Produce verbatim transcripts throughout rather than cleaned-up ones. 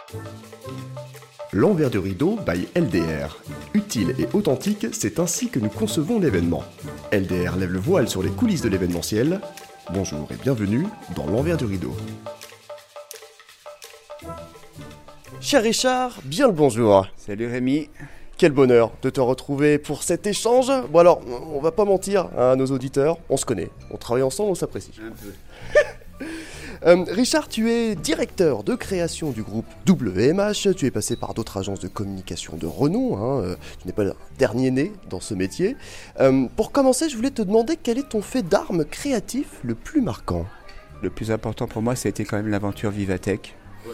L'envers du rideau by L D R. Utile et authentique, c'est ainsi que nous concevons l'événement. L D R lève le voile sur les coulisses de l'événementiel. Bonjour et bienvenue dans l'envers du rideau. Cher Richard, bien le bonjour. Salut Rémi. Quel bonheur de te retrouver pour cet échange. Bon alors, on va pas mentir à nos auditeurs, on se connaît, on travaille ensemble, on s'apprécie. Un peu. Euh, Richard, tu es directeur de création du groupe W M H, tu es passé par d'autres agences de communication de renom, hein, euh, tu n'es pas le dernier né dans ce métier. Euh, pour commencer, je voulais te demander quel est ton fait d'armes créatif le plus marquant. Le plus important pour moi, ça a été quand même l'aventure Vivatech, ouais.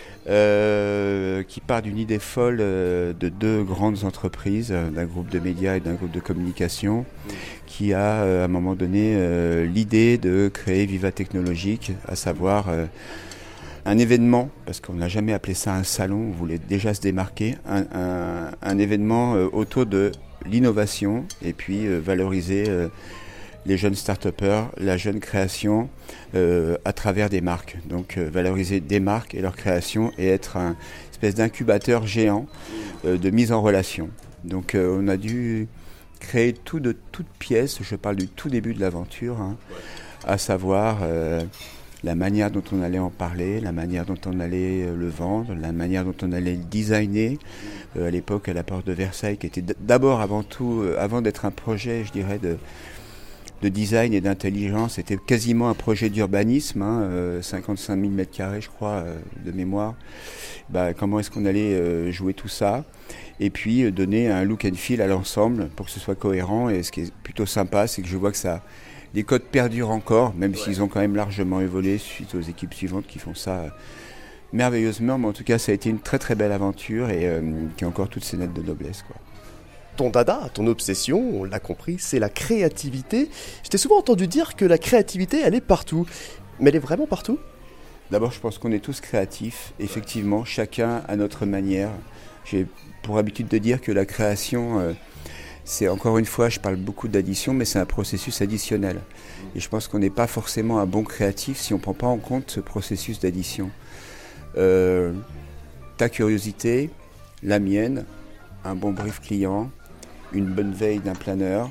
euh, qui part d'une idée folle euh, de deux grandes entreprises, euh, d'un groupe de médias et d'un groupe de communication, mmh. qui a euh, à un moment donné euh, l'idée de créer Viva Technologique, à savoir euh, un événement, parce qu'on n'a jamais appelé ça un salon, on voulait déjà se démarquer, un, un, un événement euh, autour de l'innovation et puis euh, valoriser euh, les jeunes start-upers, la jeune création euh, à travers des marques. Donc euh, valoriser des marques et leur création et être un espèce d'incubateur géant euh, de mise en relation. Donc euh, on a dû créer tout de toutes pièces, je parle du tout début de l'aventure, hein, à savoir euh, la manière dont on allait en parler, la manière dont on allait euh, le vendre, la manière dont on allait le designer. Euh, à l'époque, à la Porte de Versailles, qui était d- d'abord, avant tout, euh, avant d'être un projet, je dirais, de de design et d'intelligence, c'était quasiment un projet d'urbanisme, hein, euh, cinquante-cinq mille mètres carrés je crois, euh, de mémoire. Bah, comment est-ce qu'on allait euh, jouer tout ça et puis euh, donner un look and feel à l'ensemble pour que ce soit cohérent. Et ce qui est plutôt sympa, c'est que je vois que ça, les codes perdurent encore, même ouais. s'ils ont quand même largement évolué suite aux équipes suivantes qui font ça euh, merveilleusement. Mais en tout cas, ça a été une très très belle aventure et euh, qui a encore toutes ses lettres de noblesse, quoi. Ton dada, ton obsession, on l'a compris, c'est la créativité. Je t'ai souvent entendu dire que la créativité, elle est partout. Mais elle est vraiment partout ? D'abord, je pense qu'on est tous créatifs. Effectivement, chacun à notre manière. J'ai pour habitude de dire que la création, euh, c'est encore une fois, je parle beaucoup d'addition, mais c'est un processus additionnel. Et je pense qu'on n'est pas forcément un bon créatif si on ne prend pas en compte ce processus d'addition. Euh, ta curiosité, la mienne, un bon brief client, une bonne veille d'un planeur,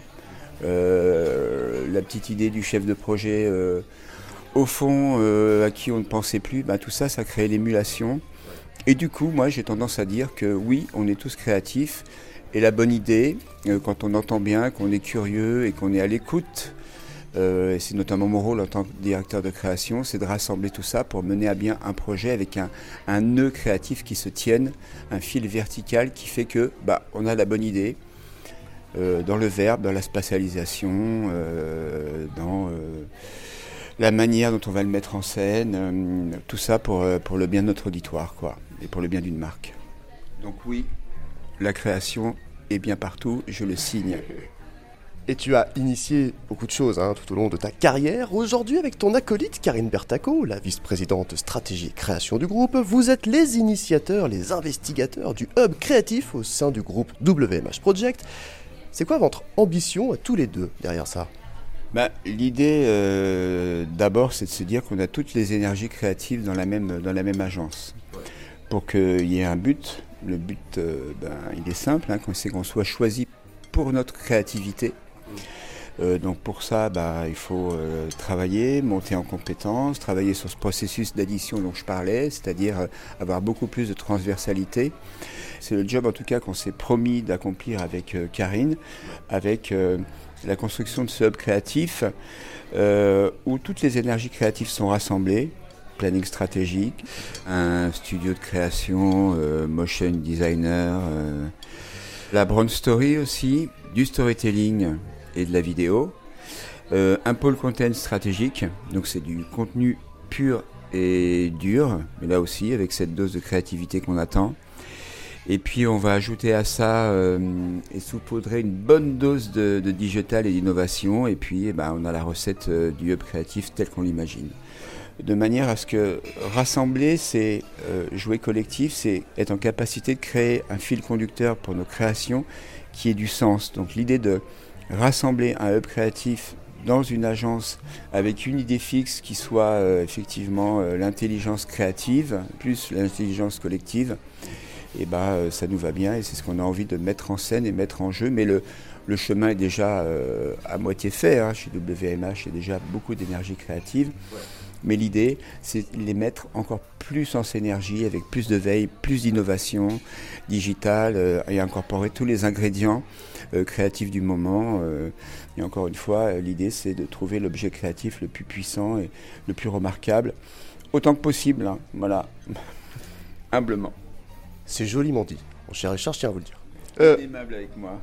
euh, la petite idée du chef de projet euh, au fond euh, à qui on ne pensait plus, bah, tout ça, ça crée l'émulation. Et du coup, moi j'ai tendance à dire que oui, on est tous créatifs et la bonne idée, euh, quand on entend bien, qu'on est curieux et qu'on est à l'écoute, euh, et c'est notamment mon rôle en tant que directeur de création, c'est de rassembler tout ça pour mener à bien un projet avec un, un nœud créatif qui se tienne, un fil vertical qui fait que bah, on a la bonne idée, Euh, dans le verbe, dans la spatialisation, euh, dans euh, la manière dont on va le mettre en scène, euh, tout ça pour, euh, pour le bien de notre auditoire, quoi, et pour le bien d'une marque. Donc oui, la création est bien partout, je le signe. Et tu as initié beaucoup de choses hein, tout au long de ta carrière. Aujourd'hui, avec ton acolyte Karine Bertacco, la vice-présidente stratégie et création du groupe, vous êtes les initiateurs, les investigateurs du hub créatif au sein du groupe W M H Project. C'est quoi votre ambition à tous les deux derrière ça ? Bah, l'idée, euh, d'abord, c'est de se dire qu'on a toutes les énergies créatives dans la même, dans la même agence. Ouais. Pour qu'il y ait un but. Le but, euh, ben, il est simple, hein, c'est qu'on soit choisi pour notre créativité. Euh, donc pour ça, bah, il faut euh, travailler, monter en compétences, travailler sur ce processus d'addition dont je parlais, c'est-à-dire euh, avoir beaucoup plus de transversalité. C'est le job en tout cas qu'on s'est promis d'accomplir avec euh, Karine, avec euh, la construction de ce hub créatif euh, où toutes les énergies créatives sont rassemblées. Planning stratégique, un studio de création, euh, motion designer, euh, la brand story aussi, du storytelling et de la vidéo, euh, un pôle content stratégique, donc c'est du contenu pur et dur, mais là aussi avec cette dose de créativité qu'on attend. Et puis on va ajouter à ça euh, et saupoudrer une bonne dose de, de digital et d'innovation, et puis eh ben, on a la recette euh, du hub créatif tel qu'on l'imagine. De manière à ce que rassembler, c'est euh, jouer collectif, c'est être en capacité de créer un fil conducteur pour nos créations qui ait du sens. Donc l'idée de rassembler un hub créatif dans une agence avec une idée fixe qui soit euh, effectivement euh, l'intelligence créative plus l'intelligence collective, et ben euh, ça nous va bien et c'est ce qu'on a envie de mettre en scène et mettre en jeu. Mais le, le chemin est déjà euh, à moitié fait, hein. Chez W M H, il y a déjà beaucoup d'énergie créative. Ouais. Mais l'idée, c'est de les mettre encore plus en synergie, avec plus de veille, plus d'innovation digitale, euh, et incorporer tous les ingrédients euh, créatifs du moment. Euh, et encore une fois, l'idée, c'est de trouver l'objet créatif le plus puissant et le plus remarquable, autant que possible, hein, voilà, humblement. C'est joliment dit. Mon cher Richard, je tiens à vous le dire. Euh... aimable avec moi.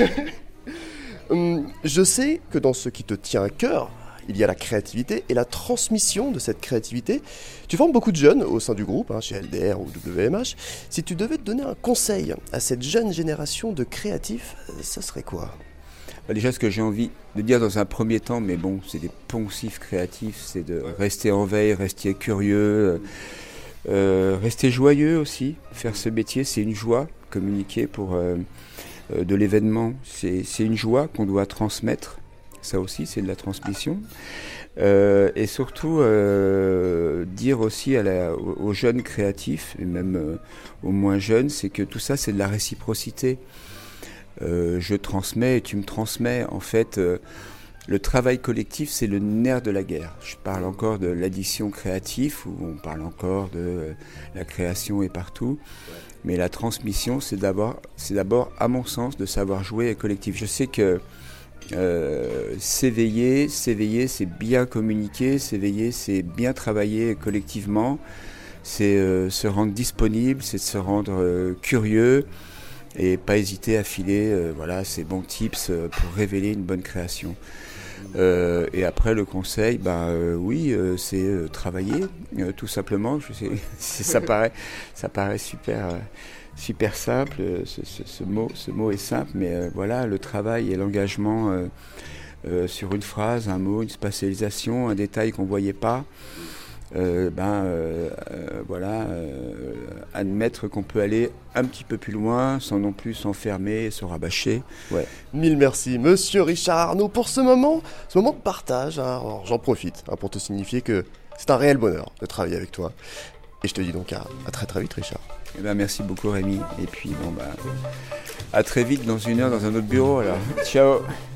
hum, je sais que dans ce qui te tient à cœur, il y a la créativité et la transmission de cette créativité. Tu formes beaucoup de jeunes au sein du groupe, hein, chez L D R ou W M H. Si tu devais te donner un conseil à cette jeune génération de créatifs, ça serait quoi ? Bah déjà, ce que j'ai envie de dire dans un premier temps, mais bon, c'est des poncifs créatifs, c'est de rester en veille, rester curieux, euh, rester joyeux aussi. Faire ce métier, c'est une joie. Communiquer pour euh, euh, de l'événement, c'est, c'est une joie qu'on doit transmettre. Ça aussi, c'est de la transmission. Euh, et surtout, euh, dire aussi à la, aux, aux jeunes créatifs, et même euh, aux moins jeunes, c'est que tout ça, c'est de la réciprocité. Euh, je transmets et tu me transmets. En fait, euh, le travail collectif, c'est le nerf de la guerre. Je parle encore de l'addition créative, où on parle encore de euh, la création est partout. Mais la transmission, c'est d'abord, c'est d'abord, à mon sens, de savoir jouer collectif. Je sais que Euh, s'éveiller, s'éveiller, c'est bien communiquer, s'éveiller, c'est bien travailler collectivement, c'est euh, se rendre disponible, c'est se rendre euh, curieux et pas hésiter à filer euh, voilà, ces bons tips euh, pour révéler une bonne création. Euh, et après le conseil, ben euh, oui, euh, c'est euh, travailler, euh, tout simplement. Je sais, ça paraît, ça paraît super. Euh, super simple, ce, ce, ce, mot, ce mot est simple, mais euh, voilà, le travail et l'engagement euh, euh, sur une phrase, un mot, une spatialisation, un détail qu'on ne voyait pas, euh, ben euh, euh, voilà, euh, admettre qu'on peut aller un petit peu plus loin sans non plus s'enfermer et se rabâcher. Ouais. Mille merci, monsieur Richard Arnaud, pour ce moment, ce moment de partage. Hein. Alors, j'en profite hein, pour te signifier que c'est un réel bonheur de travailler avec toi. Et je te dis donc à, à très très vite, Richard. Eh ben, merci beaucoup, Rémi. Et puis, bon, bah, à très vite dans une heure dans un autre bureau. Alors, ciao.